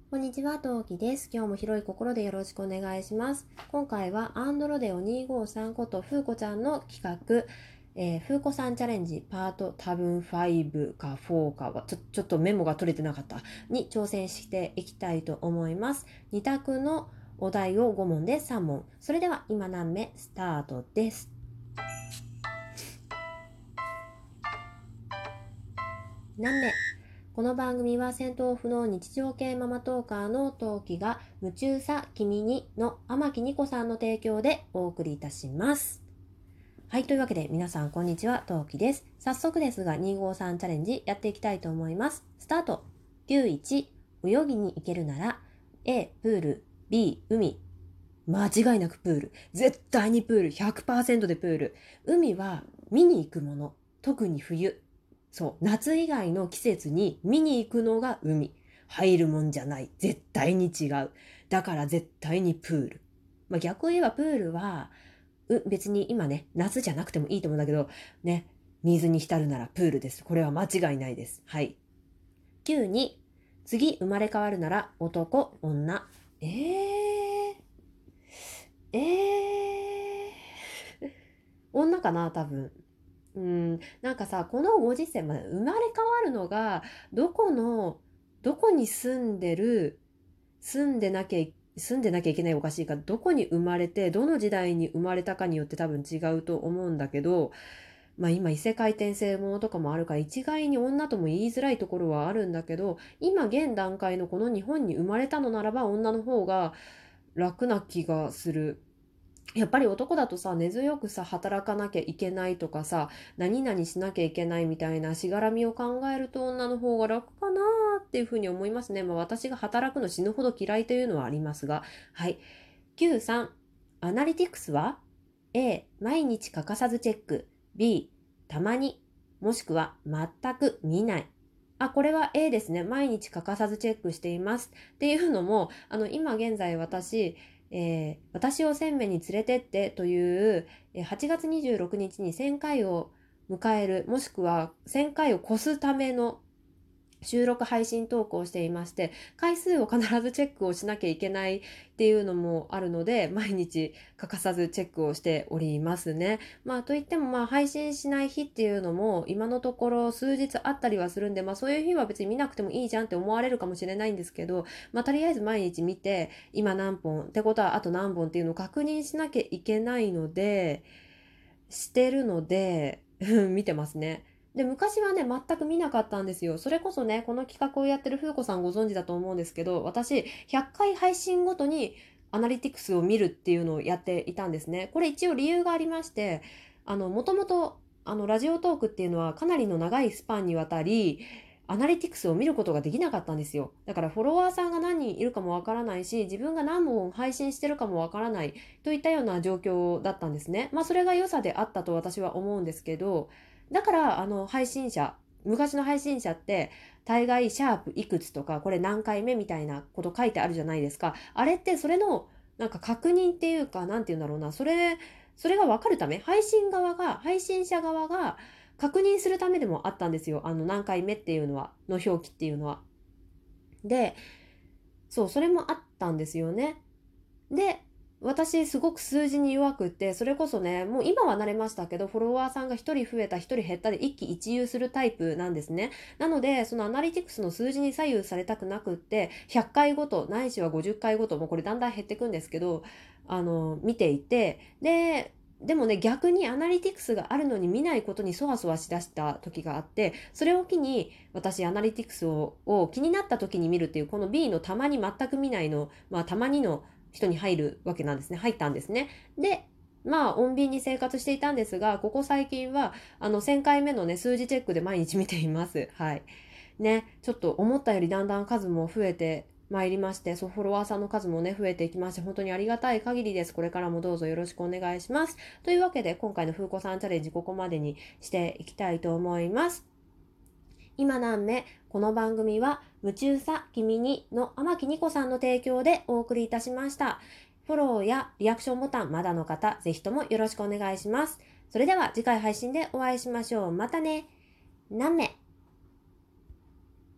こんにちは、トウキです。今日も広い心でよろしくお願いします。今回はアンドロデオ253ことふうこちゃんの企画、ふうこさんチャレンジパート多分5か4かはちょっとメモが取れてなかったに挑戦していきたいと思います。2択のお題を5問で3問。それでは今何目スタートです。何目。この番組は戦闘不能日常系ママトーカーのトウキが夢中さ君にの天木ニコさんの提供でお送りいたします。はい、というわけで皆さんこんにちは、トウキです。早速ですが253チャレンジやっていきたいと思います。スタート。91、泳ぎに行けるなら A、プール B、海。間違いなくプール。絶対にプール。100% でプール。海は見に行くもの。特に冬。そう、夏以外の季節に見に行くのが海。入るもんじゃない。絶対に違う。だから絶対にプール。逆を言えばプールは、別に今ね、夏じゃなくてもいいと思うんだけど、ね、水に浸るならプールです。これは間違いないです。はい。9に、次生まれ変わるなら男、女。女かな、多分。なんかさ、このご時世、生まれ変わるのが、どこに住んでなきゃいけないおかしいか、どこに生まれて、どの時代に生まれたかによって多分違うと思うんだけど、今異世界転生ものとかもあるから一概に女とも言いづらいところはあるんだけど、今現段階のこの日本に生まれたのならば女の方が楽な気がする。やっぱり男だとさ、根強くさ、働かなきゃいけないとかさ、何々しなきゃいけないみたいなしがらみを考えると女の方が楽かなっていうふうに思いますね。私が働くの死ぬほど嫌いというのはありますが。はい。93、アナリティクスは A、毎日欠かさずチェック。B、たまに。もしくは全く見ない。これは A ですね。毎日欠かさずチェックしています。っていうのも、今現在私を1000名に連れてってという8月26日に1000回を迎える、もしくは1000回を越すための収録配信投稿をしていまして、回数を必ずチェックをしなきゃいけないっていうのもあるので、毎日欠かさずチェックをしておりますね。といっても配信しない日っていうのも今のところ数日あったりはするんで、そういう日は別に見なくてもいいじゃんって思われるかもしれないんですけど、とりあえず毎日見て、今何本ってことはあと何本っていうのを確認しなきゃいけないので、してるので、見てますね。で、昔はね、全く見なかったんですよ。それこそね、この企画をやってる風子さんご存知だと思うんですけど、私、100回配信ごとにアナリティクスを見るっていうのをやっていたんですね。これ一応理由がありまして、もともと、ラジオトークっていうのはかなりの長いスパンにわたり、アナリティクスを見ることができなかったんですよ。だからフォロワーさんが何人いるかもわからないし、自分が何本配信してるかもわからないといったような状況だったんですね。それが良さであったと私は思うんですけど、だから昔の配信者って大概シャープいくつとかこれ何回目みたいなこと書いてあるじゃないですか。あれってそれのなんか確認っていうか、なんて言うんだろうな、それが分かるため、配信者側が確認するためでもあったんですよ。何回目っていうのは、の表記っていうのは。で、そう、それもあったんですよね。で、私すごく数字に弱くって、それこそね、もう今は慣れましたけど、フォロワーさんが1人増えた1人減ったで一喜一憂するタイプなんですね。なのでそのアナリティクスの数字に左右されたくなくって、100回ごとないしは50回ごと、もうこれだんだん減っていくんですけど、見ていて、でもね、逆にアナリティクスがあるのに見ないことにそわそわしだした時があって、それを機に私アナリティクスを気になった時に見るっていう、この B のたまに全く見ないの、たまにの人に入るわけなんですね。入ったんですね。で、穏便に生活していたんですが、ここ最近は1000回目のね、数字チェックで毎日見ています。はい。ね、ちょっと思ったよりだんだん数も増えてまいりまして、フォロワーさんの数もね、増えていきまして、本当にありがたい限りです。これからもどうぞよろしくお願いします。というわけで、今回の風子さんチャレンジ、ここまでにしていきたいと思います。今何目。この番組は夢中さ君にの天木ニコさんの提供でお送りいたしました。フォローやリアクションボタンまだの方、ぜひともよろしくお願いします。それでは次回配信でお会いしましょう。またね。何目。